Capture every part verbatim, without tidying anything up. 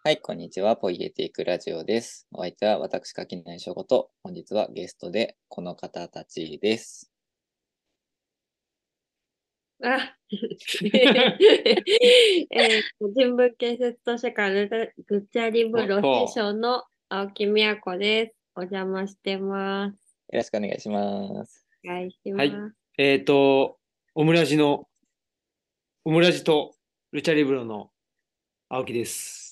はい、こんにちは。ポイエティックラジオです。お相手は私、垣内翔吾と、本日はゲストでこの方たちです。 あ、えーと、人文建設図書館ルルルチャリブロ師そ匠の青木美也子です。お邪魔してます。 う。よろしくお願いします。 お願いしはい。 ます。 えっと、オムラジの、オムラジとルチャリブロの青木です。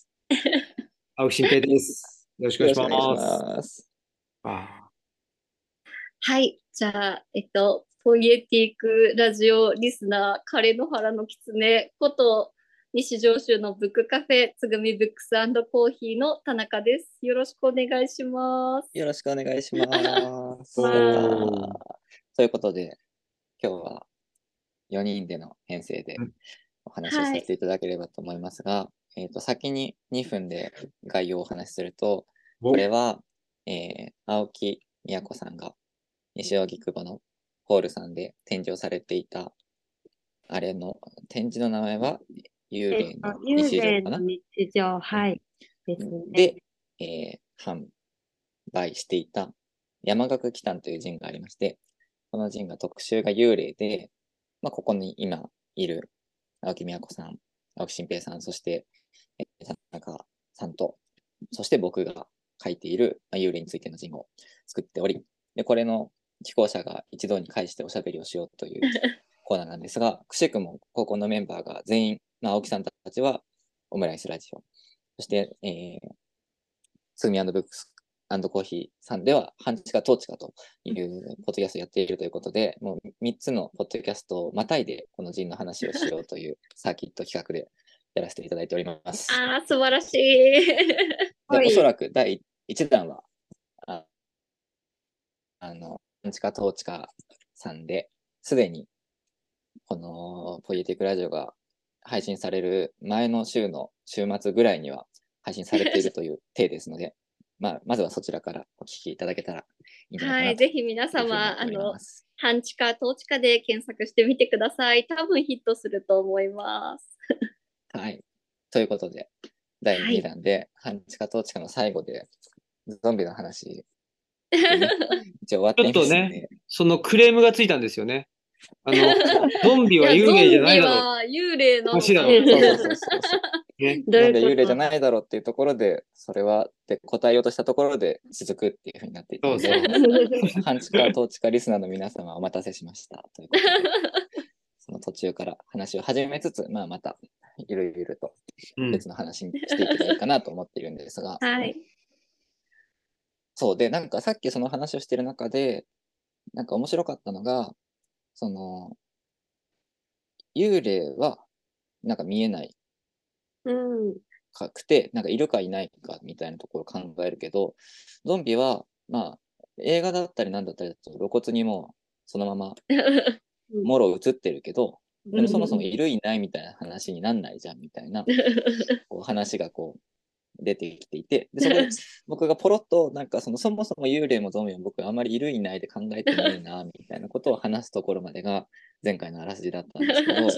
青木新平です。よろしくお願いしよろしくお願いします。 ます。 あはい。じゃあ、えっと、ポイエティックラジオリスナー、枯野原の狐こと、西上州のブックカフェ、つぐみブックスコーヒーの田中です。よろしくお願いします。 よろしくお願いしまーす。やったおー。 ー。ということで、今日はよにんでの編成でお話をはい。 させていただければと思いますが、えっと、先ににふんで概要をお話しすると、こお、 れは、えー青木美也子さんが西荻窪のホールさんで展示をされていた、あれの、展示の名前は幽えっと、 霊の幽日常かな、 霊の日常、 うん、 はい。ですね。 で、えー販売していた山岳祈祷という陣がありまして、この陣が特集が幽霊で、まあ、ここに今いる青木美也子さん、青木新平さん、そして、えー田中さんと、そして僕が書いている、まあ、幽霊についての陣を作っており、でこれの寄稿者が一堂に会しておしゃべりをしようというコーナーなんですが、くしくも高校のメンバーが全員、まあ、青木さんたちはオムライスラジオ、そして、えー、スミブックスコーヒーさんでは、半地下、トーチカというポッドキャストをやっているということで、もうみっつのポッドキャストをまたいで、この陣の話をしようというサーキット企画でやらせていただいております。 ああ、素晴らしい。 で、 はい。 おそらくだいいちだんは、ああの、半地下、トーチカさんで、すでにこのポイエティックラジオが配信される前の週の週末ぐらいには配信されているという体ですので、まあ、まずはそちらからお聞きいただけたらいいんじゃないかはい。 なとぜひ皆様、 いうふうに思っておりあの、 ます。 半地下、統地下で検索してみてください。多分ヒットすると思います。 はい。ということで、だいにはい。 だんで、半地下統治下の最後で、ゾンビの話でね、一応終わっちょていっとね、 ますので、 そのクレームがついたんですよね。あの、 そう、 ゾンビいや、 は幽霊じゃゾンビないだろう。 は幽霊なのか。 おかしいだろそうそうそうそうそう。 う。ね。 どういうゾンビは幽霊じゃこと？ ないだろうっていうところで、それはって答えようとしたところで続くっていうふうになっていたので、 そうそう。 半地下、統治下リスナーの皆様お待たせしましたということで、その途中から話を始めつつ、まあ、またいろいろとうん。 別の話にしていけばいいかなと思っているんですが、 はい。 そうで、なんかさっきその話をしてる中で、なんか面白かったのが、その、幽霊はなんか見えないうん。 かくて、なんかいるかいないかみたいなところを考えるけど、ゾンビは、まあ、映画だったりなんだったりだと露骨にもうそのままもろ映ってるけど、でもそもそもいるいないみたいな話になんないじゃんみたいなこう話がこう出てきていて、でそこで僕がポロッとなんかそのそもそも幽霊もゾンビも僕あんまりいるいないで考えてねえなみたいなことを話すところまでが前回のあらすじだったんですけど、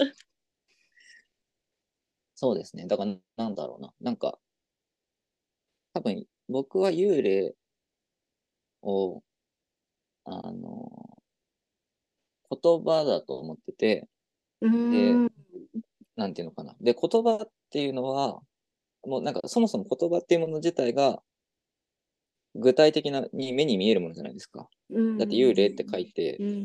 そうですね。だからなんだろうな。なんか多分僕は幽霊をあの言葉だと思ってて、 うで、 ん。 なんていうのかな。で、言葉っていうのは、もうなんかそもそも言葉っていうもの自体が具体的なに目に見えるものじゃないですか。 うん。 だって幽霊って書いてうん。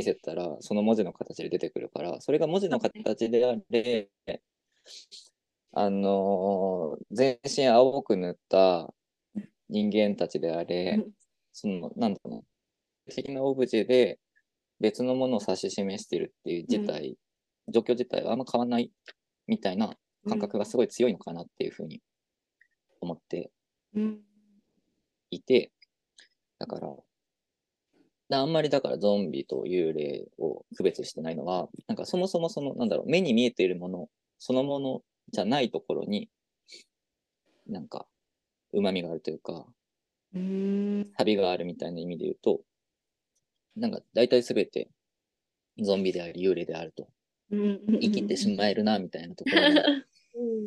見せたら、その文字の形で出てくるから、それが文字の形であれ、あのー全身青く塗った人間たちであれ、その、なんだろうな、的なオブジェで別のものを指し示しているっていううん。 事態、状況自体はあんま変わらないみたいな感覚がすごい強いのかなっていうふうに思ってうん。 いて、だから、あんまりだからゾンビと幽霊を区別してないのは、なんかそもそもその、なんだろう、目に見えているもの、そのものじゃないところに、なんか、旨味があるというか、 うん。 旅があるみたいな意味で言うと、なんか大体すべてゾンビであり幽霊であると、 うん。 生きてしまえるな、みたいなところが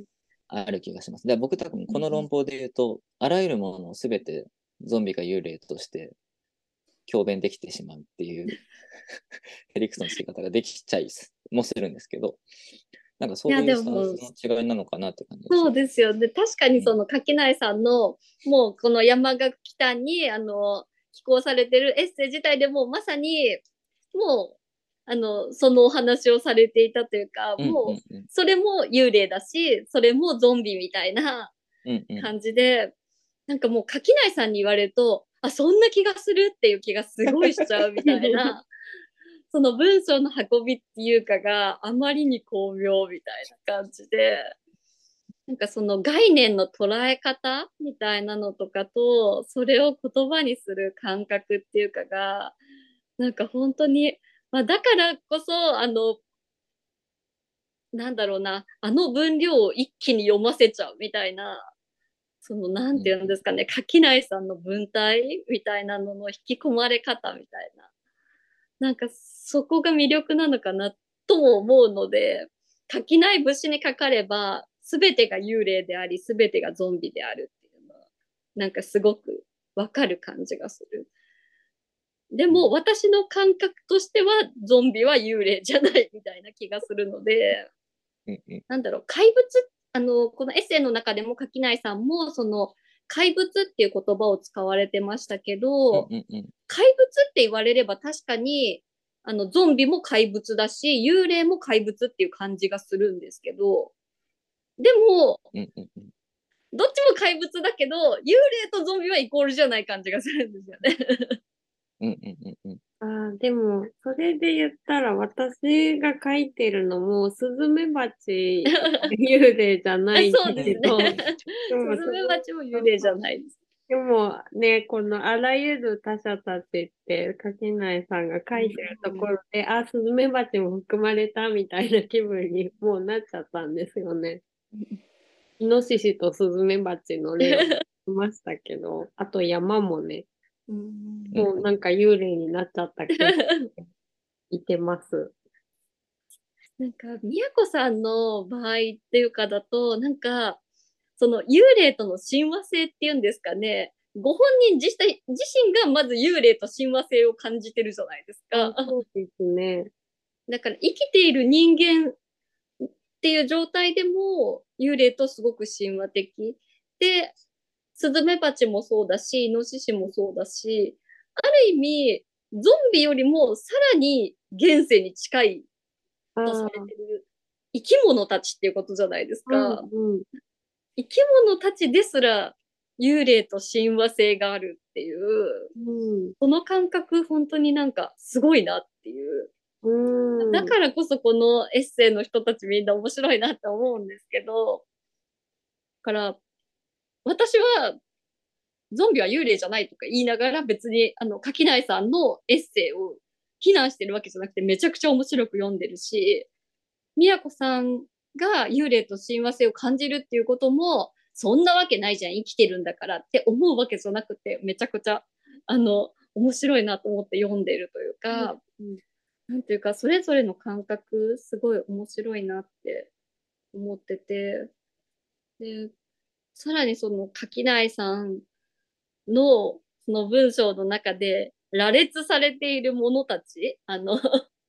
ある気がします。で、僕多分この論法で言うと、あらゆるものをすべてゾンビが幽霊として強弁できてしまうっていうヘリクソンの付け方ができちゃいもするんですけど、なんかいや、 そういうスタンでも、 スの違いなのかなって感じがしそうます。 ですよね。確かにその垣内さんの、もうこの山岳北に、あの、寄稿されてるエッセイ自体でもまさに、もう、あの、そのお話をされていたというか、 うんうもう、 んうんそれも幽霊だし、それもゾンビみたいなうんうん感じで、なんかもう垣内さんに言われると、あ、そんな気がするっていう気がすごいしちゃうみたいな、その文章の運びっていうかがあまりに巧妙みたいな感じで、なんかその概念の捉え方みたいなのとかと、それを言葉にする感覚っていうかが、なんか本当に、まあ、だからこそ、あの、なんだろうな、あの分量を一気に読ませちゃうみたいな、その、なんていうんですかね、垣内さんの文体みたいなのの引き込まれ方みたいな、なんかそこが魅力なのかなとも思うので、垣内節にかかれば、すべてが幽霊であり、すべてがゾンビであるっていうのは、なんかすごくわかる感じがする。でも私の感覚としてはゾンビは幽霊じゃないみたいな気がするので、 うんうんなんだろう、怪物、あの、このエッセイの中でも垣内さんも、その、怪物っていう言葉を使われてましたけど、 うんうんうん怪物って言われれば確かに、あの、ゾンビも怪物だし、幽霊も怪物っていう感じがするんですけど、でも、 うんうんうんどっちも怪物だけど、幽霊とゾンビはイコールじゃない感じがするんですよね。 うんうんうんうんあーでも、それで言ったら、私が書いてるのも、スズメバチ幽霊じゃないんだそうですけど、 ね。 でも、 スズメバチも幽霊じゃないです。 でもね、このあらゆる他者たちって垣内さんが書いてるところで、あ、スズメバチも含まれたみたいな気分にもうなっちゃったんですよね。イノシシとスズメバチの例を見ましたけど、あと山もね、 うんもうなんか幽霊になっちゃった気がいてます。 なんか、宮子さんの場合っていうかだと、なんか、その幽霊との親和性っていうんですかね、ご本人自体自身がまず幽霊と親和性を感じてるじゃないですあ、 か。 そうですね。 だから生きている人間っていう状態でも幽霊とすごく親和的で、スズメバチもそうだし、イノシシもそうだし、ある意味、ゾンビよりもさらに現世に近いあとされーてる生き物たちっていうことじゃないですうんか。 うん。 生き物たちですら幽霊と親和性があるっていう、 うんその感覚本当になんかすごいなっていう。だうん。 からこそこのエッセイの人たちみんな面白いなって思うんですけど、だから私はゾンビは幽霊じゃないとか言いながら別にあの垣内さんのエッセイを非難してるわけじゃなくてめちゃくちゃ面白く読んでるし、宮子さんが幽霊と親和性を感じるっていうことも、そんなわけないじゃん、生きてるんだからって思うわけじゃなくて、めちゃくちゃ、あの、面白いなと思って読んでるというか、 うんなんていうか、それぞれの感覚、すごい面白いなって思ってて、で、さらにその垣内さんの、その文章の中で、羅列されているものたち、あの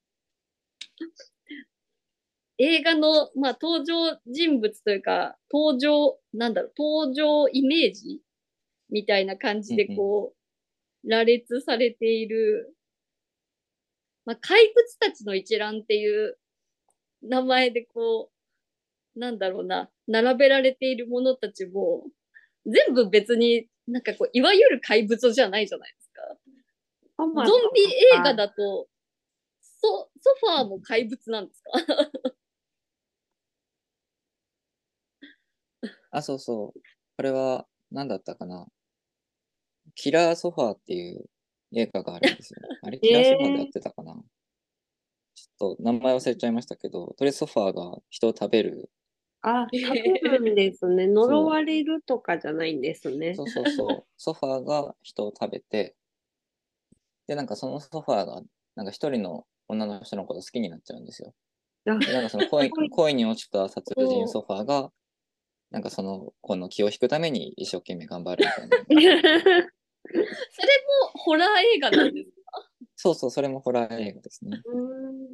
映画の、まあ、登場人物というか、登場、なんだろう、登場イメージみたいな感じで、 うんうんこう、羅列されている、まあ、怪物たちの一覧っていう名前で、こう、なんだろうな、並べられているものたちも、全部別になんかこう、いわゆる怪物じゃないじゃないですか。 トマトゾンビ映画とかだと、ソ、ソファーも怪物なんですか？ あ、そうそう。これは何だったかな。キラーソファーっていう映画があるんですよ。あれ、キラーソファーでやっえてたかな。ちょっと名前忘れちゃいましたけど、とりあえずソファーが人を食べる。 あ、食べるんですね。呪そう、 われるとかじゃないんですね。 そうそうそう。ソファーが人を食べて、で、なんかそのソファーが、なんか一人の女の人のこと好きになっちゃうんですよ。 あ、 で、なんかその恋、恋に落ちた殺人おソファーが、 なんかその、この気を引くために一生懸命頑張るみたいな。 それもホラー映画なんですか？ そうそう、それもホラー映画ですね。 うん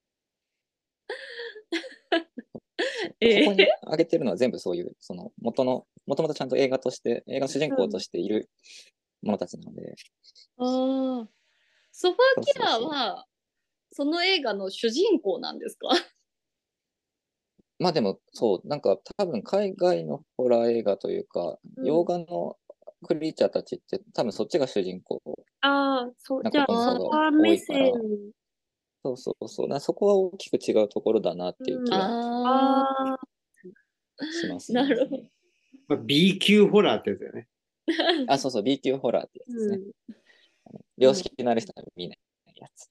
えここに挙げてるのは全部そういう、その元の、もともとちゃんと映画として、映画の主人公としているものたちなので。 ああ、ソファーキラーはその映画の主人公なんですか？ まあでも、そう、なんか多分海外のホラー映画というか、 うん洋画のクリーチャーたちって多分そっちが主人公ああ、そう、 なじゃあ、 ことの方がソファー多目いから、 線。 そうそうそう、なそこは大きく違うところだなっていう気はああ、 ああ、 しますね。 なるほど。 まあ、B 級ホラーってやつだよね。 あ、そうそう、B 級ホラーってやつですね。 うん。 良識のある人は見ないやつ。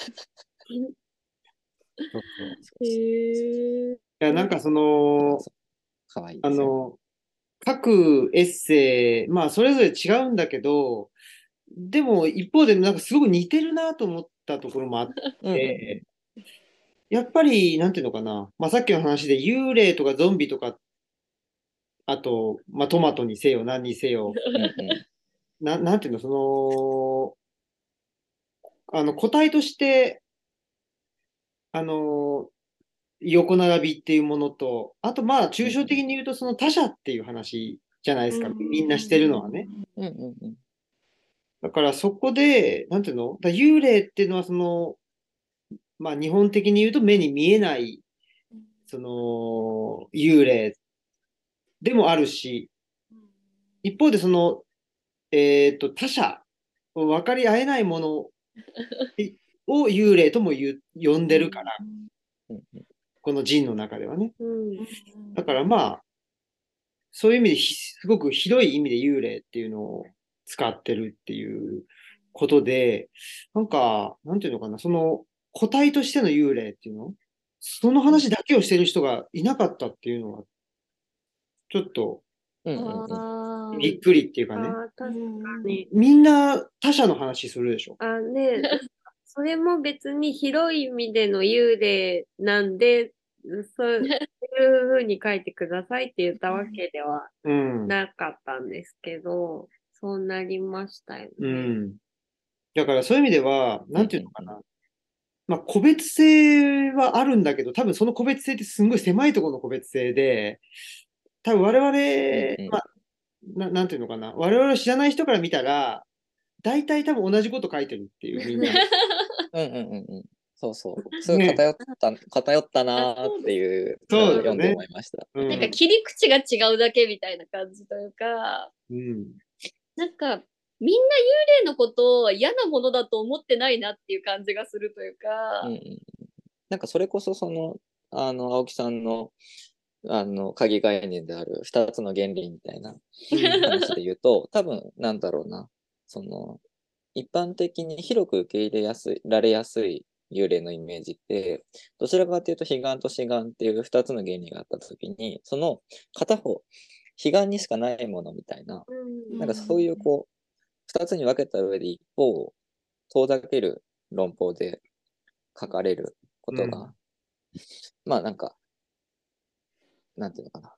そうそうへえ。 いや、なんかその、 かわいいですよ。 あの、各エッセイ、まあ、それぞれ違うんだけど、でも一方でなんかすごく似てるなと思ったところもあっうんうんて、やっぱり、なんていうのかな、まあ、さっきの話で幽霊とかゾンビとか、あと、まあ、トマトにせよ、何にせよ、 うんうんな、なんていうの、その、あの、個体として、あの、横並びっていうものと、あと、まあ、抽象的に言うと、その他者っていう話じゃないですか。みんなしてるのはね。 うんうんうんだからそこで、なんていうのだ幽霊っていうのは、その、まあ、日本的に言うと目に見えない、その、幽霊でもあるし、一方でその、えっと、他者、分かり合えないものを幽霊とも言う呼んでるから、 うんうんこのジンの中ではね。 うん。 だからまあ、そういう意味でひ、すごく広い意味で幽霊っていうのを使ってるっていうことで、なんか、なんていうのかな、その個体としての幽霊っていうのその話だけをしてる人がいなかったっていうのは、ちょっとうんうんうんああ。 びっくりっていうかね。 ああ、確かに。 みんな他者の話するでしょ。 あ、ね、それも別に広い意味での幽霊なんで、そういうふうに書いてくださいって言ったわけではうん。 なかったんですけど、そうなりましたようね。 ん。だからそういう意味では、なんていうのかうんうんな。まあ、個別性はあるんだけど、多分その個別性ってすんごい狭いところの個別性で、多分我々、 うんうんまあ、な、なんていうのかな。我々を知らない人から見たら、大体多分同じこと書いてるっていう、みんな。 うんうんうんうん。そうそう。すごいね。 偏った、偏ったなーっていうのをそうだよね読んで思いました。 うなんかん。 切り口が違うだけみたいな感じというか、 うん。 なんかみんな幽霊のことを嫌なものだと思ってないなっていう感じがするというか、 うんうん、なんかそれこそその、あの、青木さんの、あの、鍵概念である二つの原理みたいな話で言うと、多分、なんだろうな、その、一般的に広く受け入れやすい、られやすい幽霊のイメージって、どちらかというと、彼岸と志願っていう二つの原理があったときに、その片方、彼岸にしかないものみたいな、 うんなんかそういうこう、二つに分けた上で一方を遠ざける論法で書かれることが、 うんまあなんか、なんていうのかな。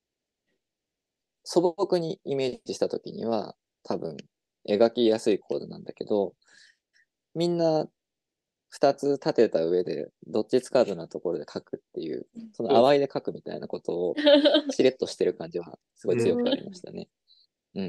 素朴にイメージしたときには、多分、描きやすいコードなんだけど、みんな二つ立てた上で、どっちつかずなところで書くっていう、その淡いで書くみたいなことを、しれっとしてる感じは、すごい強くありましたね。うん。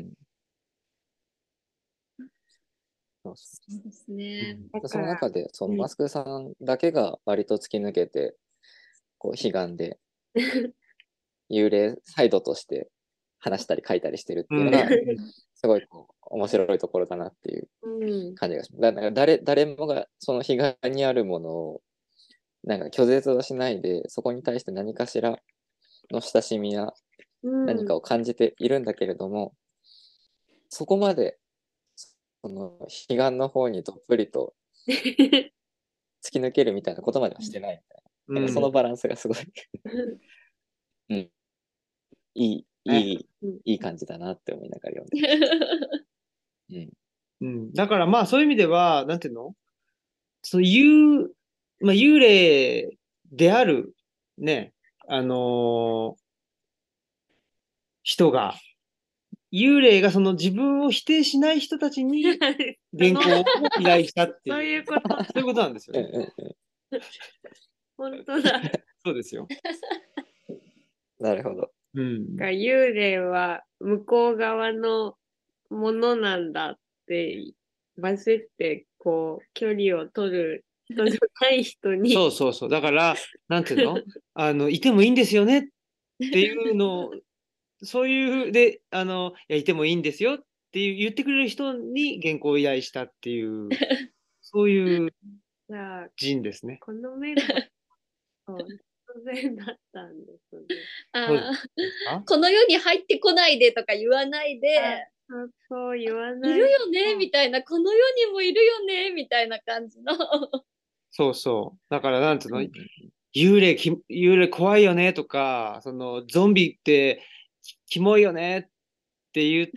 そうそそうですね。 う。そだから、 の中で、そのうんマスクさんだけが割と突き抜けて、こう、悲願で、幽霊サイドとして話したり書いたりしてるっていうのが、すごいこう面白いところだなっていううん感じがします。だから誰誰もがその被害にあるものをなんか拒絶をしないで、そこに対して何かしらの親しみやうん何かを感じているんだけれども、そこまでその彼岸の方にどっぷりと突き抜けるみたいなことまではしてないみたいな。なんかそのバランスがすごい、うん、いい、いい、いい感じだなって思いながら読んでました。うんうん。だからまあそういう意味では、なんていうのその幽、まあ、幽霊である、ね、あのー人が、幽霊がその自分を否定しない人たちに原稿を依頼したっていう。 そういうこと。 そういうことなんですよね。 うんうんうん本当だ。 そうですよ。 なるほど。 うん。 が幽霊は向こう側のものなんだってバシってこう距離を取る人じゃない人にそうそうそう。だから、なんていうのあの、いてもいいんですよねっていうのを、そういう、で、あの、いや、いてもいいんですよっていう言ってくれる人に原稿を依頼したっていう、そういうじゃあ人ですね。 このメンバーそう突然だったんですね。 そうあですかーこの世に入ってこないでとか言わないで、 そうそう言わいない。 るよねみたいな、この世にもいるよねみたいな感じの。 そうそう。だから、なんていうのうんうん幽霊き、幽霊怖いよねとか、そのゾンビってきキモいよねって言って、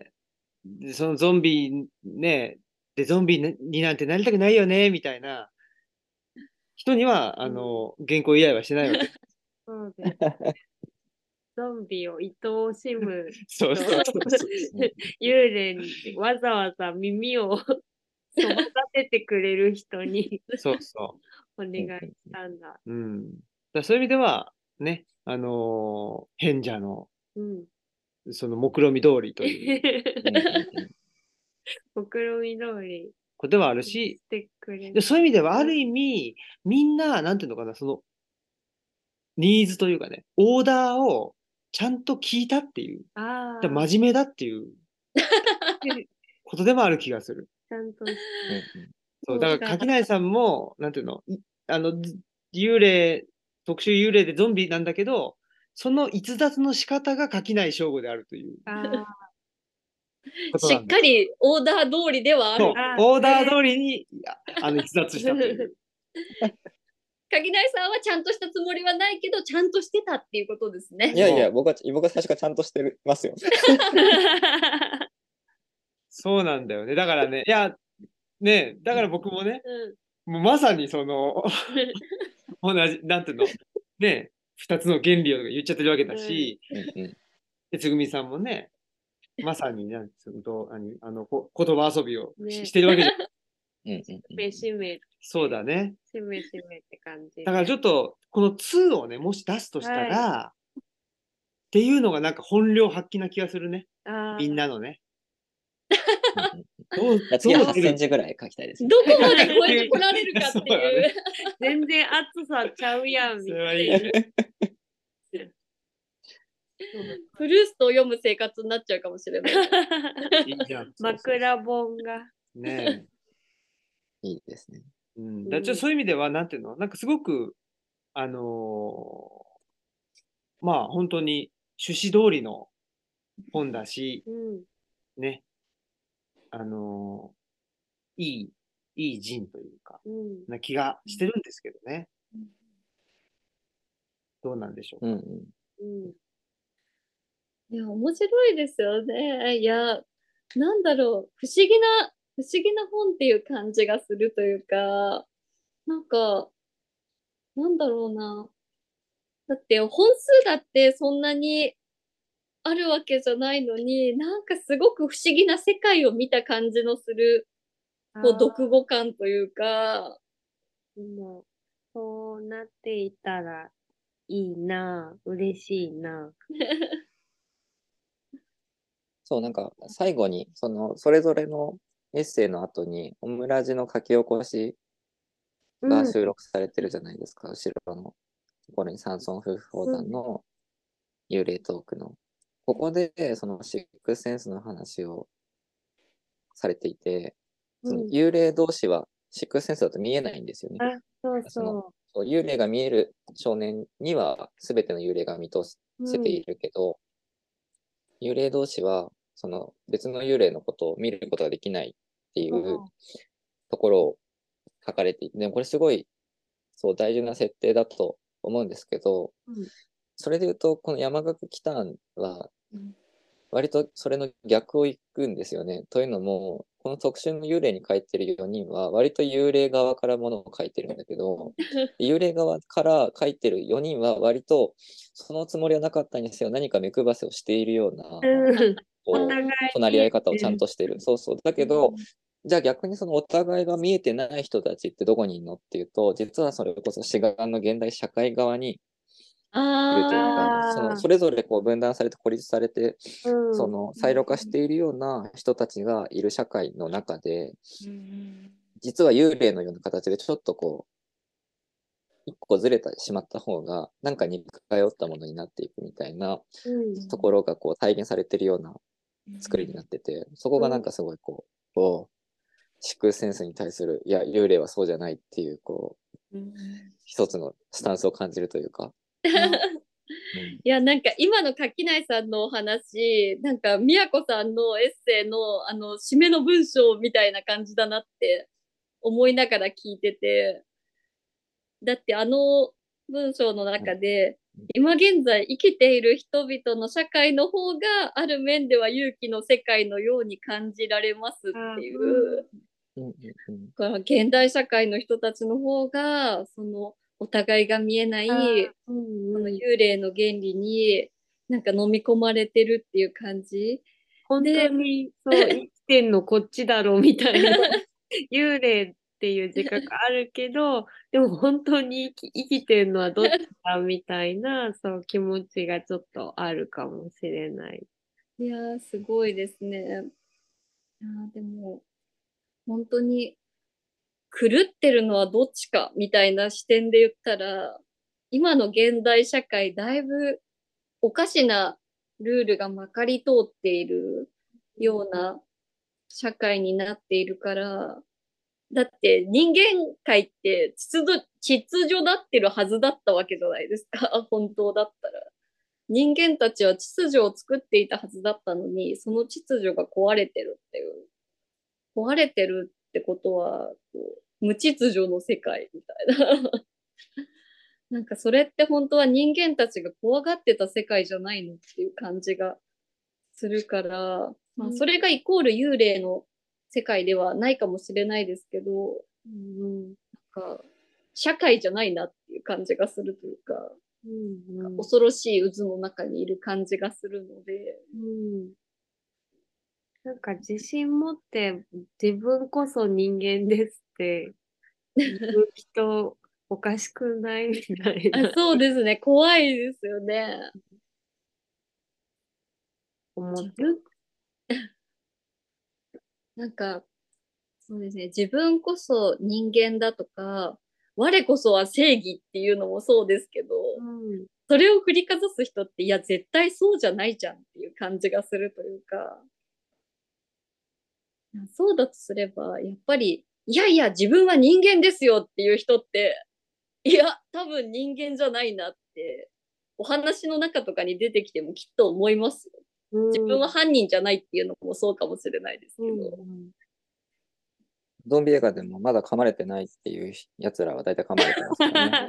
でそのゾンビね、で、ゾンビになんてなりたくないよねみたいな人には、あの、原稿依頼はしてないわけ。 そうです。ゾンビを愛おしむそうそうそうそう。 幽霊にわざわざ耳をそば立ててくれる人にそうそお願いしたんだ。 う。うん。だからそういう意味では、ね、あのー賢者の、 うん。 その目論見通りといううんうん目論見通りことではあるし、 してくれでそういう意味では、ある意味、みんな、なんていうのかな、その、ニーズというかね、オーダーをちゃんと聞いたっていう、 ああ、 だ真面目だっていうことでもある気がする。 ちゃんと。 うんうんそう、だから垣内さんも、なんていうの、いあの、ず幽霊、特殊幽霊でゾンビなんだけど、その逸脱の仕方が垣内翔吾であるというあしことなんだ。 っかりオーダー通りではあそうる。 あオーダー通りに、いやあの、逸脱したという。 鍵内さんはちゃんとしたつもりはないけど、ちゃんとしてたっていうことですね。 いやいや、僕は、僕は最初からちゃんとしてるますよ。 あ。 そうなんだよね。だからね、いや、ね、だから僕もね、 うんもうまさにその、同じ、なんていうの、ね、二つの原理を言っちゃってるわけだし、 うんうんでつぐみさんもね、まさになんつうの、あの、あのこ言葉遊びをし,、 ねてるわけじゃん。 うんうんうんめしめ、 そうだね。 しめしめって感じ。 だからちょっと、このツーをね、もし出すとしたら、っていうのがなんか本領発揮な気がするね。 あみんなのね。 うんうんどう、 じゃあ次は8センどう出るチぐらい書きたいですね。 どこまで超えてこられるかってそうだいうね。 全然暑さちゃうやんみそたいな。 れはいいね。 フルーストを読む生活になっちゃうかもしれない。 いいじゃん。 枕本が。 ねいいですね。 え。うん。だからちょっとそういう意味では、なんていうのなんかすごく、あのーまあ本当に趣旨通りの本だし、 うん。 ね、あのーいい、いい人というか、 うん。 な気がしてるんですけどね。どうなんでしょうか。 うんうんうん。 いや、面白いですよね。いや、なんだろう、不思議な、不思議な本っていう感じがするというか、なんか、なんだろうな。だって本数だってそんなにあるわけじゃないのに、なんかすごく不思議な世界を見た感じのする、こう、 あ読後感というか、 ーでも、そうなっていたらいいな、嬉しいな。 そう、なんか最後に、その、それぞれのエッセイの後に、オムラジの書き起こしが収録されてるじゃないですか、後ろのところに山村夫婦砲弾の幽霊トークの。ここで、そのシックスセンスの話をされていて、そのうん幽霊同士はシックスセンスだと見えないんですよね。 あ、そうそのそそう幽霊が見える少年には全ての幽霊が見通う。 せているけど、幽霊同士はその別の幽霊のことを見ることができないっていうんうところを書かれていて、でもこれすごいそう大事な設定だと思うんですけど、 うんそれで言うとこの山岳キタンは、 割とそれの逆を行くんですよね。というのも、この特集の幽霊に書いてるよにんは、割と幽霊側からものを書いてるんだけど、幽霊側から書いてるよにんは、割とそのつもりはなかったにせよ、何か目配せをしているような、 うん。おこう、 互い隣り合い方をちゃんに。 としてる。そうそう。だけど、じゃあ逆にそのお互いが見えてない人たちってどこにいるのっていうと、実はそれこそ志願の現代社会側にいるというか、そのああ、 それぞれこう分断されて孤立されて、 うん。 そのサイロ化しているような人たちがいる社会の中で、 うん実は幽霊のような形でちょっとこう、一個ずれてしまった方が、なんか似通ったものになっていくみたいなうん。 ところがこう体現されているような作りになってて、そこがなんかすごいこう、こうシックスセンスに対する、いや、幽霊はそうじゃないっていう、こう、 うん一つのスタンスを感じるというか。うんいや、なんか今の垣内さんのお話、なんか宮子さんのエッセイのあの締めの文章みたいな感じだなって思いながら聞いてて、だってあの文章の中で、今現在生きている人々の社会の方がある面では勇気の世界のように感じられますっていう、 うんうんうんこの現代社会の人たちの方が、そのお互いが見えなあい、 ーうんそのうん。 幽霊の原理になんか飲み込まれてるっていう感じ本当で、 に、そう、生きてんのこっちだろうみたいな。幽霊っていう自覚あるけど、でも本当に生き、生きてるのはどっちだみたいな、そう気持ちがちょっとあるかもしれない。 いやー、すごいですね。いやーでも、本当に狂ってるのはどっちかみたいな視点で言ったら、今の現代社会、だいぶおかしなルールがまかり通っているような社会になっているから、だって人間界って秩序、秩序だってるはずだったわけじゃないですか、本当だったら。人間たちは秩序を作っていたはずだったのに、その秩序が壊れてるっていう。壊れてるってことは、こう無秩序の世界みたいな。なんかそれって本当は人間たちが怖がってた世界じゃないのっていう感じがするから、まあ、それがイコール幽霊の世界ではないかもしれないですけど、 うんうんなんか社会じゃないなっていう感じがするというか、 うんうん恐ろしい渦の中にいる感じがするので、 うんなんか自信持って自分こそ人間ですって言う人おかしくないみたいあ、 なそうですね、怖いですよね。 思って。 自分、なんか、そうですね、自分こそ人間だとか、我こそは正義っていうのもそうですけど、 うんそれを振りかざす人って、いや、絶対そうじゃないじゃんっていう感じがするというか、そうだとすれば、やっぱり、いやいや、自分は人間ですよっていう人って、いや、多分人間じゃないなって、お話の中とかに出てきてもきっと思いますよ。自うん分は犯人じゃないっていうのもそうかもしれないですうけど。 んゾンビ映画でもまだ噛まれてないっていうやつらは大体噛まれてますからね。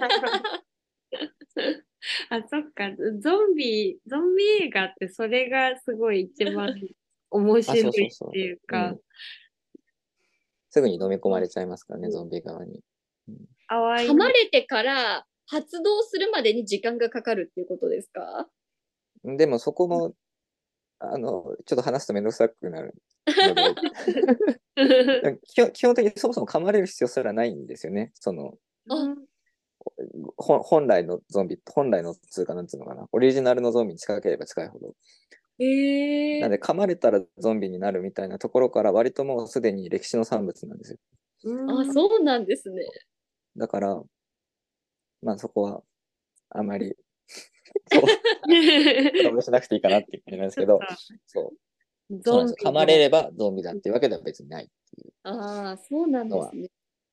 あ、そっか。ゾンビ、ゾンビ映画ってそれがすごい一番面あ、 白そうそうそいっていうう。うか、 ん。すぐに飲み込まれちゃいますからね、ゾンビ側に。うん淡い噛まれてから発動するまでに時間がかかるっていうことですか？ でもそこも、あの、ちょっと話すとめんどくさくなるので、基本基本的にそもそも噛まれる必要すらないんですよね。その、 あ、 ほ本来のゾンビ、本来のつうかなんつうのかな、オリジナルのゾンビに近ければ近いほど。 えー、 なんで噛まれたらゾンビになるみたいなところから割ともうすでに歴史の産物なんですよ。 あ、そうなんですね。 だから、まあそこはあまりそう、しなくていいかなっていう感じなんですけど、そう、そうなんですよ。噛まれればゾンビだっていうわけでは別にないっていうああ、そうなんのは、 ですね。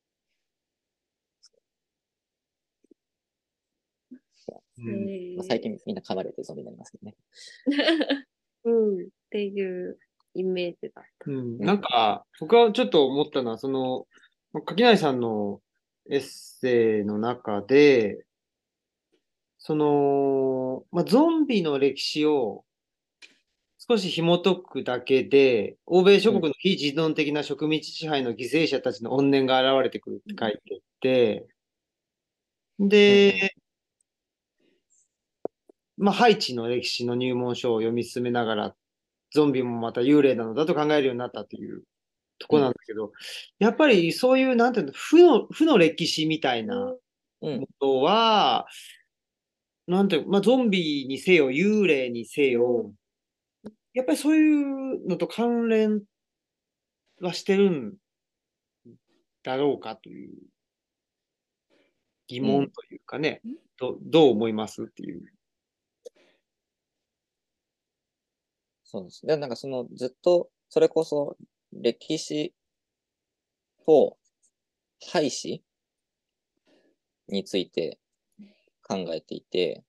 うんまあ、最近みんな噛まれてゾンビになりますけどね。 うん、っていうイメージだ。 うん、なんか、僕はちょっと思ったのは、その、柿内さんのエッセイの中で、その、まあ、ゾンビの歴史を少し紐解くだけで、欧米諸国の非人道的な植民地支配の犠牲者たちの怨念が現れてくるって書いてて、で、まあ、ハイチの歴史の入門書を読み進めながら、ゾンビもまた幽霊なのだと考えるようになったというところなんだけど、やっぱりそういう、なんていうの、負の、負の歴史みたいなうんものは、なんていう、まあ、ゾンビにせよ、幽霊にせよ、やっぱりそういうのと関連はしてるんだろうかという疑問というかね、どどう思いますっていう。 そうです。で、なんかそのずっと、それこそ歴史と廃止について考えていて、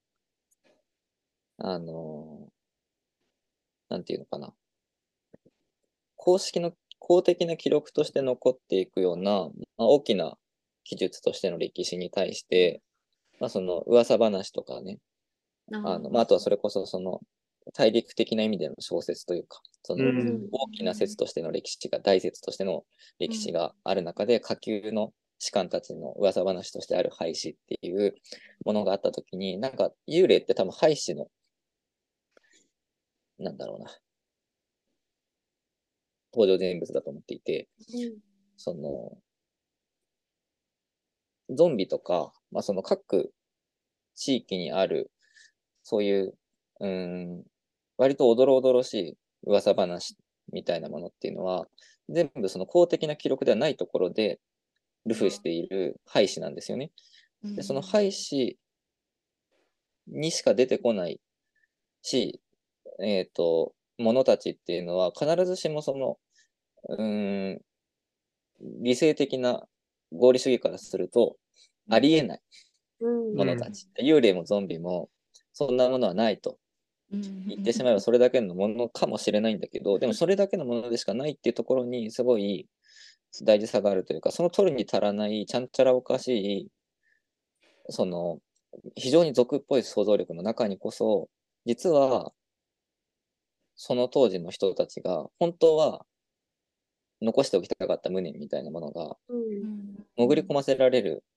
あの、なんていうのかな。公式の公的な記録として残っていくような、まあ、大きな記述としての歴史に対して、まあ、その噂話とかね、あの、まあ、あとはそれこそその大陸的な意味での小説というか、その大きな説としての歴史が、大説としての歴史がある中で、下級の士官たちの噂話としてある廃止っていうものがあったときに、なんか幽霊って多分廃止の、なんだろうな、登場人物だと思っていて、その、ゾンビとか、まあ、その各地域にある、そういう、うん、割とおどろおどろしい噂話みたいなものっていうのは、全部その公的な記録ではないところで、流布している廃止なんですよね。で、その廃止にしか出てこないし、えっと、ものたちっていうのは、必ずしもその、うん、理性的な合理主義からすると、ありえないものたち。幽霊もゾンビも、そんなものはないと言ってしまえばそれだけのものかもしれないんだけど、でもそれだけのものでしかないっていうところにすごい大事さがあるというか、その取るに足らないちゃんちゃらおかしい、その非常に俗っぽい想像力の中にこそ、実はその当時の人たちが本当は残しておきたかった無念みたいなものが潜り込ませられる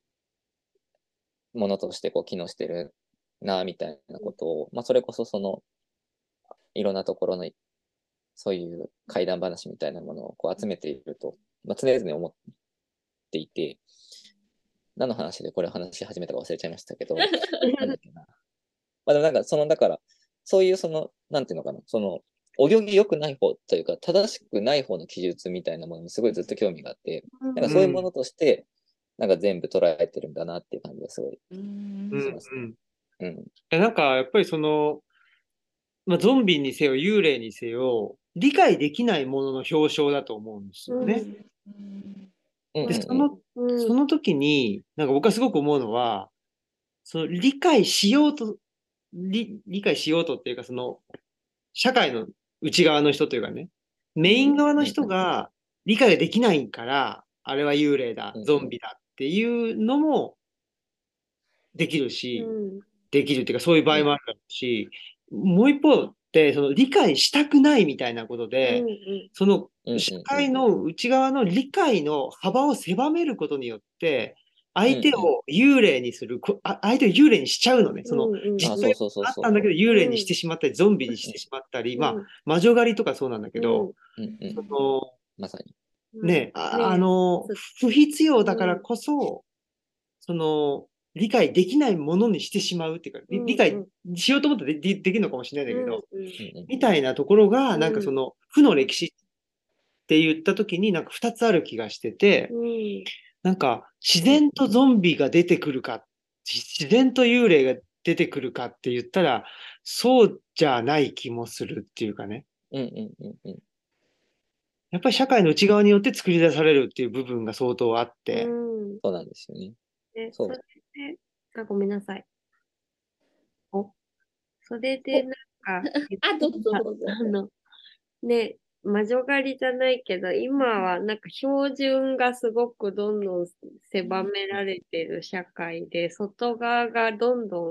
ものとしてこう機能してるなみたいなことを、まあ、それこそそのいろんなところのそういう怪談話みたいなものをこう集めていると、まあ、常々思っていて、何の話でこれ話し始めたか忘れちゃいましたけど、なんだっけな。まあ、でもなんかそのだからそういうそのなんていうのかな、そのお行儀良くない方というか正しくない方の記述みたいなものにすごいずっと興味があって、なんかそういうものとしてなんか全部捉えてるんだなっていう感じがすごいしますね。うんうん、 えなんかやっぱりその、まあ、ゾンビにせよ幽霊にせよ理解できないものの表彰だと思うんですよね。でそのその時になんか僕はすごく思うのは、その理解しようと理理解しようとっていうか、その社会の内側の人というかね、メイン側の人が理解ができないから、あれは幽霊だ、ゾンビだっていうのもできるし、できるっていうか、そういう場合もあるし、もう一方って、その理解したくないみたいなことで、その社会の内側の理解の幅を狭めることによって、相手を幽霊にする、あ相手を幽霊にしちゃうのね。その、実際あったんだけど、幽霊にしてしまったり、ゾンビにしてしまったり、まあ、魔女狩りとかそうなんだけど、その、 まさに。 ね、ああの、不必要だからこそ、その、理解できないものにしてしまうっていうか、理解しようと思ってでできるのかもしれないんだけど、みたいなところが、なんかその、負の歴史って言った時になんか二つある気がしてて、なんか自然とゾンビが出てくるか、自然と幽霊が出てくるかって言ったら、そうじゃない気もするっていうかね。 うんうんうんうん。 やっぱり社会の内側によって作り出されるっていう部分が相当あって。 そうなんですよね。 そう。それで、あ、ごめんなさい。お、それでなんか、 あ、どうぞどうぞ。 あの、ね、魔女狩りじゃないけど、今はなんか標準がすごくどんどん狭められてる社会で、外側がどんどん大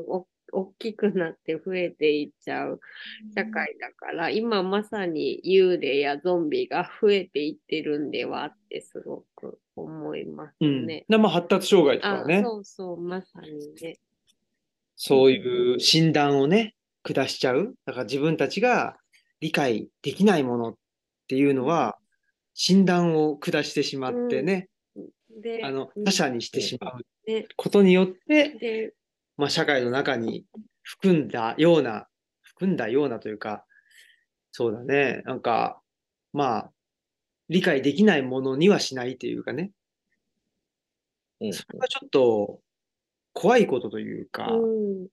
大きくなって増えていっちゃう社会だから、今まさに幽霊やゾンビが増えていってるんではってすごく思いますうん。 ね。 でまあ、発達障害とかあ、 はね、 そうそう、まさにね。 そういう診断をね、下しちゃう。だから自分たちが理解できないものっていうのは、診断を下してしまってね、 で、 あの、 うん他者にしてしまうね、 ことによって、 で、 まあ、社会の中に含んだような、含んだようなというか、そうだね、なんか、まあ、理解できないものにはしないというかね、 うんそれはちょっと怖いことというか、 うん、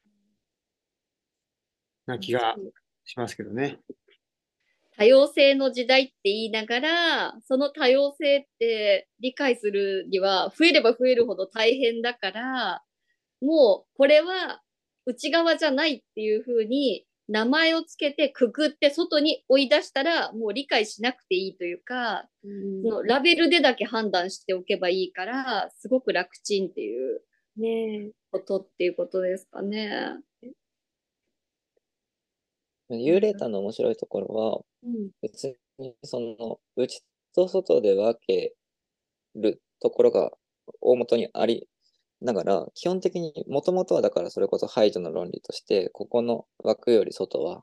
な気がしますけどね。 多様性の時代って言いながら、その多様性って理解するには増えれば増えるほど大変だから、もうこれは内側じゃないっていうふうに名前をつけてくくって外に追い出したらもう理解しなくていいというか、 うんそのラベルでだけ判断しておけばいいから、すごく楽ちんっていうねことっていうことですかね。 幽霊譚の面白いところは、 うん、 別にその内と外で分けるところが大元にありながら、基本的にもともとはだからそれこそ排除の論理として、ここの枠より外は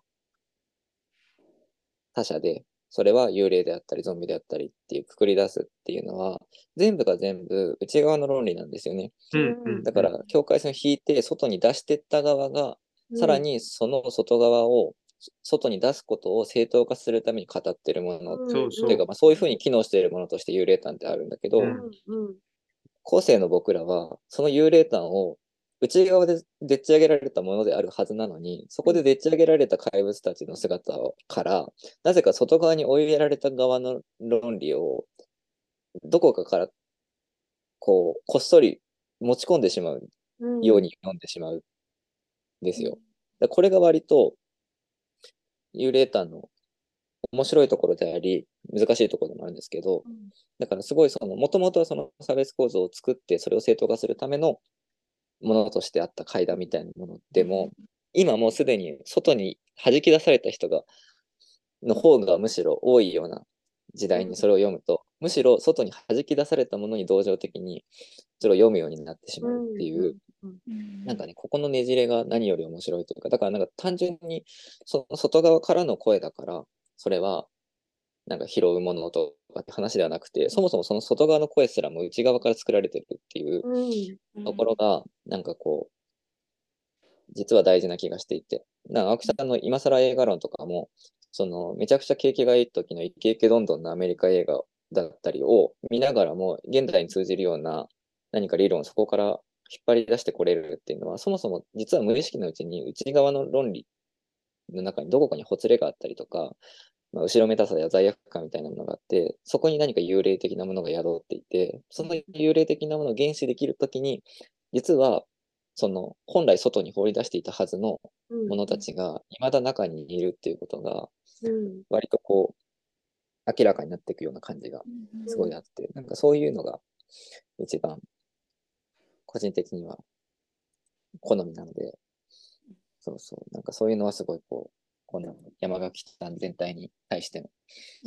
他者で、それは幽霊であったりゾンビであったりっていうくくり出すっていうのは、全部が全部内側の論理なんですよね。 うんうんだから境界線を引いて外に出していった側が、さらにその外側を外に出すことを正当化するために語ってるもの、 そうそうっていうか、まあ、そういうふうに機能しているものとして幽霊譚ってあるんだけど、 うんうん、 後世の僕らはその幽霊譚を内側ででっち上げられたものであるはずなのに、そこででっち上げられた怪物たちの姿からなぜか外側に追いやられた側の論理をどこかからこうこっそり持ち込んでしまううん、 ように読んでしまうんですよ。だこれが割と幽霊譚の面白いところであり難しいところでもあるんですけど、だからすごいそのもともとはその差別構造を作ってそれを正当化するためのものとしてあった階段みたいなものでも、今もうすでに外に弾き出された人がの方がむしろ多いような時代にそれを読むと、むしろ外に弾き出されたものに同情的にそれを読むようになってしまうっていう、なんかね、ここのねじれが何より面白いというか、だからなんか単純にその外側からの声だから、それはなんか拾うものとかって話ではなくて、そもそもその外側の声すらも内側から作られてるっていうところが、なんかこう、実は大事な気がしていて、なんか青木さんの今更映画論とかも、そのめちゃくちゃ景気がいい時のイケイケどんどんなアメリカ映画だったりを見ながらも、現代に通じるような何か理論をそこから引っ張り出してこれるっていうのは、そもそも実は無意識のうちに内側の論理の中にどこかにほつれがあったりとか、まあ、後ろめたさや罪悪感みたいなものがあって、そこに何か幽霊的なものが宿っていて、その幽霊的なものを原始できるときに、実は、その本来外に放り出していたはずのものたちが未だ中にいるっていうことが、割とこう、明らかになっていくような感じがすごいあって、なんかそういうのが一番、個人的には好みなので、そうそう、なんかそういうのはすごいこう、この山垣さん全体に対しての、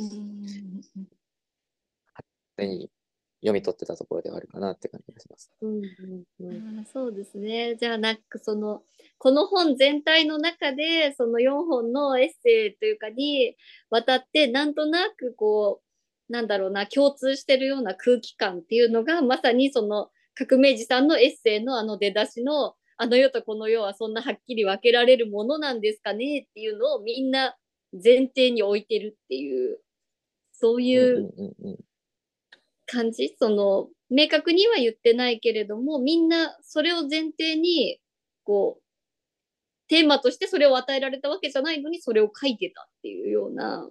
ぜひ読み取ってたところではあるかなって感じがします。 うんうんうん、 あそうですね。じゃあなんかそのこの本全体の中でそのよんほんのエッセイというかにわたってなんとなくこうなんだろうな共通してるような空気感っていうのがまさにその革命児さんのエッセイのあの出だしのあの世とこの世はそんなはっきり分けられるものなんですかねっていうのをみんな前提に置いてるっていうそういう感じ、その明確には言ってないけれどもみんなそれを前提にこうテーマとしてそれを与えられたわけじゃないのにそれを書いてたっていうような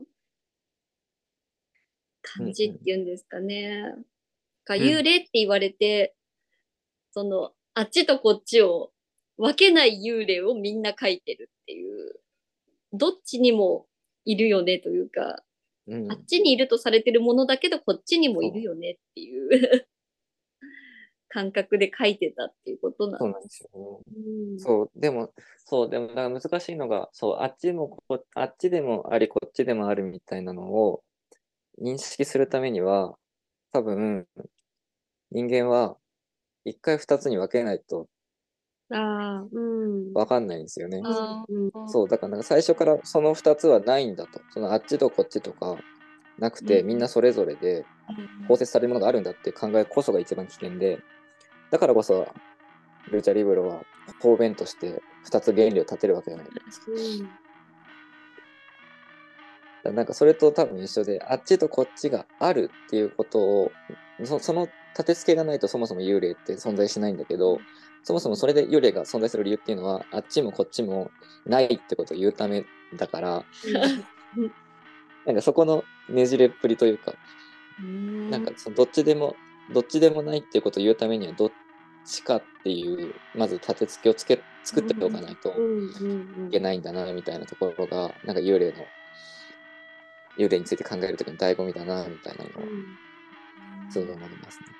感じっていうんですかね。か幽霊って言われて、そのあっちとこっちを分けない幽霊をみんな書いてるっていうどっちにもいるよねというか、うん、あっちにいるとされてるものだけどこっちにもいるよねっていう感覚で書いてたっていうことなんそうなんですよ。 うんそう、でも、そう、でも、だから難しいのが、そう、あっちもこ、あっちでもあり、こっちでもあるみたいなのを認識するためには、多分、人間は一回二つに分けないとああ、うん。 分かんないんですよね。 あうんーそう、だからなんか最初からその二つはないんだと。そのあっちとこっちとかなくて、 うんみんなそれぞれで包摂されるものがあるんだっていう考えこそが一番危険で、だからこそ、ルチャリブロは方便として二つ原理を立てるわけじゃないですか。 うんだからなんかそれと多分一緒で、あっちとこっちがあるっていうことを、そその立て付けがないとそもそも幽霊って存在しないんだけど、そもそもそれで幽霊が存在する理由っていうのは、あっちもこっちもないってことを言うためだから、なんかそこのねじれっぷりというか、 うんなんかそのどっちでも、どっちでもないっていうことを言うためには、どっちかっていう、まず立て付けをつけ作っておかないとうんうんいけないんだな、みたいなところが、なんか幽霊の、幽霊について考えるときの醍醐味だな、みたいなのを、すごい思いますね。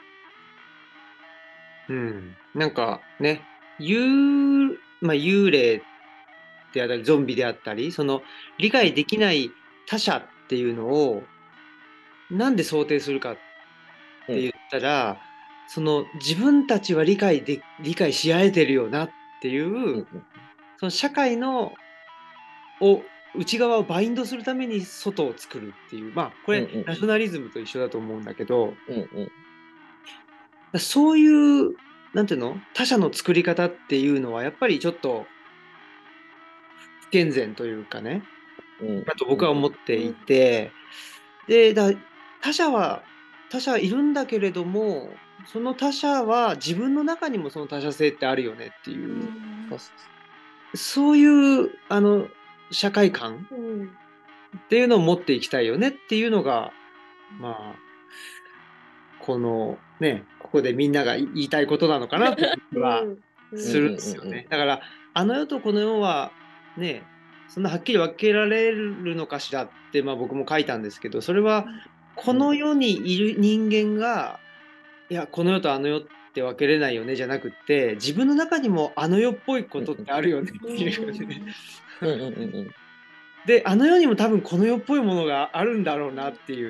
うん。なんかね、幽、まあ、幽霊であったり、ゾンビであったり、その理解できない他者っていうのを、なんで想定するかって言ったら、その自分たちは理解で、理解し合えてるよなっていう、 うんうんその社会の、を、内側をバインドするために外を作るっていう、まあ、これ、 うんうんナショナリズムと一緒だと思うんだけど、 うんうんそういう、なんていうの他者の作り方っていうのは、やっぱりちょっと不健全というかね、 うんだと僕は思っていて、で、だ他者は、他者いるんだけれども、その他者は自分の中にもその他者性ってあるよねっていう、 そうそうそういう、あの、社会観うんっていうのを持っていきたいよねっていうのが、まあ、このね、ここでみんなが言いたいことなのかなって気はうんするんですようんうんうんね。だから、あの世とこの世はね、そんなはっきり分けられるのかしらって、まあ僕も書いたんですけど、それはこの世にいる人間が、いや、この世とあの世って分けれないよねじゃなくって、自分の中にもあの世っぽいことってあるよねっていうね。 うんうんうんうんで、あの世にも多分この世っぽいものがあるんだろうなっていう、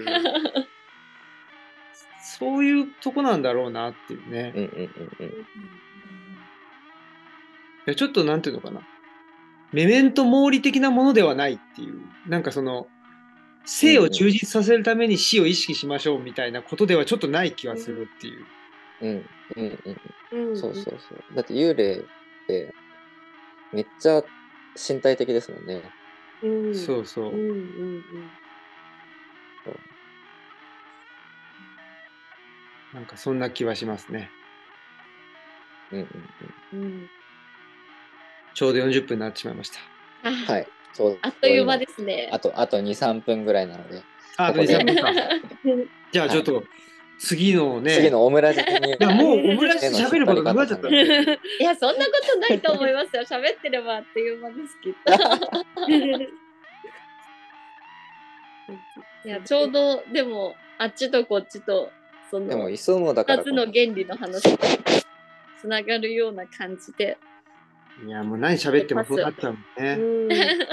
そういうとこなんだろうなっていうね。 うんうんうんうんいやちょっとなんていうのかな。メメントモーリ的なものではないっていう、なんかその、生を充実させるために死を意識しましょうみたいなことではちょっとない気はするっていう。 うんうんうんうんそうそうそう。だって幽霊ってめっちゃ身体的ですもんね。 うんそうそう。 うんうんなんかそんな気はしますね。 うんうんうんうんちょうどよんじゅっぷんになってしまいました。 うん。はい。そう。 あっという間ですね。 あと、あとに、さんぷんぐらいなので。 あ、あとここでに、さんぷんか。じゃあちょっと、次のね。 次のオムラジに。 いや、もうオムラジ喋ることなくなっちゃった。 いや、そんなことないと思いますよ。喋ってればあっという間ですけど。いや、ちょうど、でも、あっちとこっちと、そでも、 の、 イソモだから二つの原理の話とつながるような感じで。 いや、もう何喋ってもそうなっちゃうもんね。 うん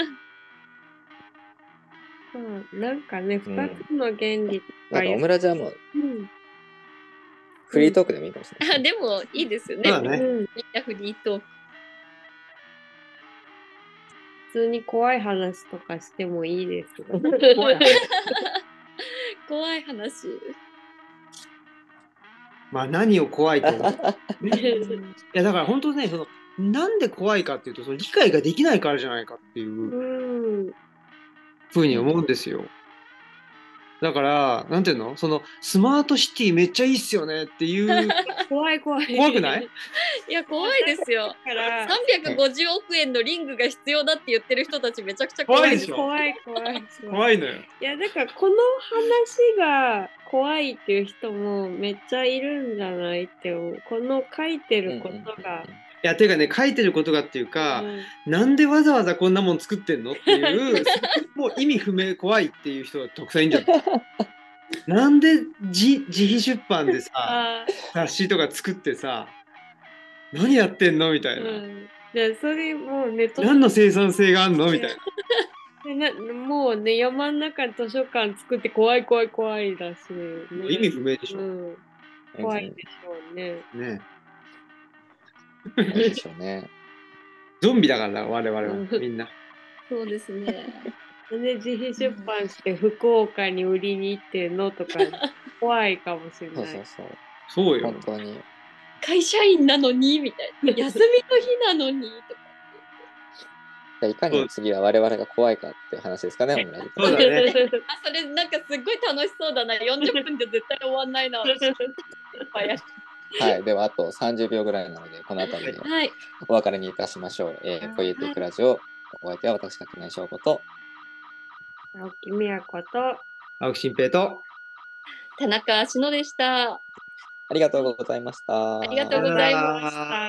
まあなんかね、 うん二つの原理とかなんかオムラジはもううんフリートークでもいいかもしれない。 あでも、いいですよね。 そうだね。 うんみんなフリートーク。 普通に怖い話とかしてもいいですよ。 怖い話怖い話。 まあ何を怖いと。いや、だから本当ね、その、なんで怖いかっていうと、その理解ができないからじゃないかっていううんふうに思うんですよ。だから、なんていうのその、スマートシティめっちゃいいっすよねっていう、 怖い怖い。 怖くないいや、怖いですよ。 だからさんびゃくごじゅうおくえんのリングが必要だって言ってる人たちめちゃくちゃ怖いです。 怖いでしょ怖い怖い怖いのよ。 いやだからこの話が怖いっていう人もめっちゃいるんじゃないって思う。この書いてることが。 いや、ていうかね、書いてることがっていうか、 うんなんでわざわざこんなもん作ってんのっていう、もう意味不明怖いっていう人がたくさんいるんじゃないなんで自自費出版でさ、 あ雑誌とか作ってさ、何やってんのみたーいな。 うん。で、それもうね、図書何の生産性があんのみたいな。 でなもうね、山の中に図書館作って怖い怖い怖いだしね。 もう意味不明でしょ。 うん、怖いでしょうね。 ね。 怖いでしょうね。 ゾンビだからな、我々はうん。 みんな。 そうですね。 で、自費出版して福岡に売りに行ってんのとか、怖いかもしれない。 そうそうそう。 そうよ本。当に。 会社員なのにみたいな。休みの日なのにとか。 じゃあいかに次は我々が怖いかっていう話ですかね、オムラジそうだね。 あ、それなんかすっごい楽しそうだな。よんじゅっぷんで絶対終わんないな。早いはい。では、あとさんじゅうびょうぐらいなので、この辺りではい。 お別れにいたしましょう。えー、ポイエティックラジオ、お相手は私、柿内翔子と、 青木美也子と、 青木新平と。 田中しのでした。 ありがとうございました。 ありがとうございました。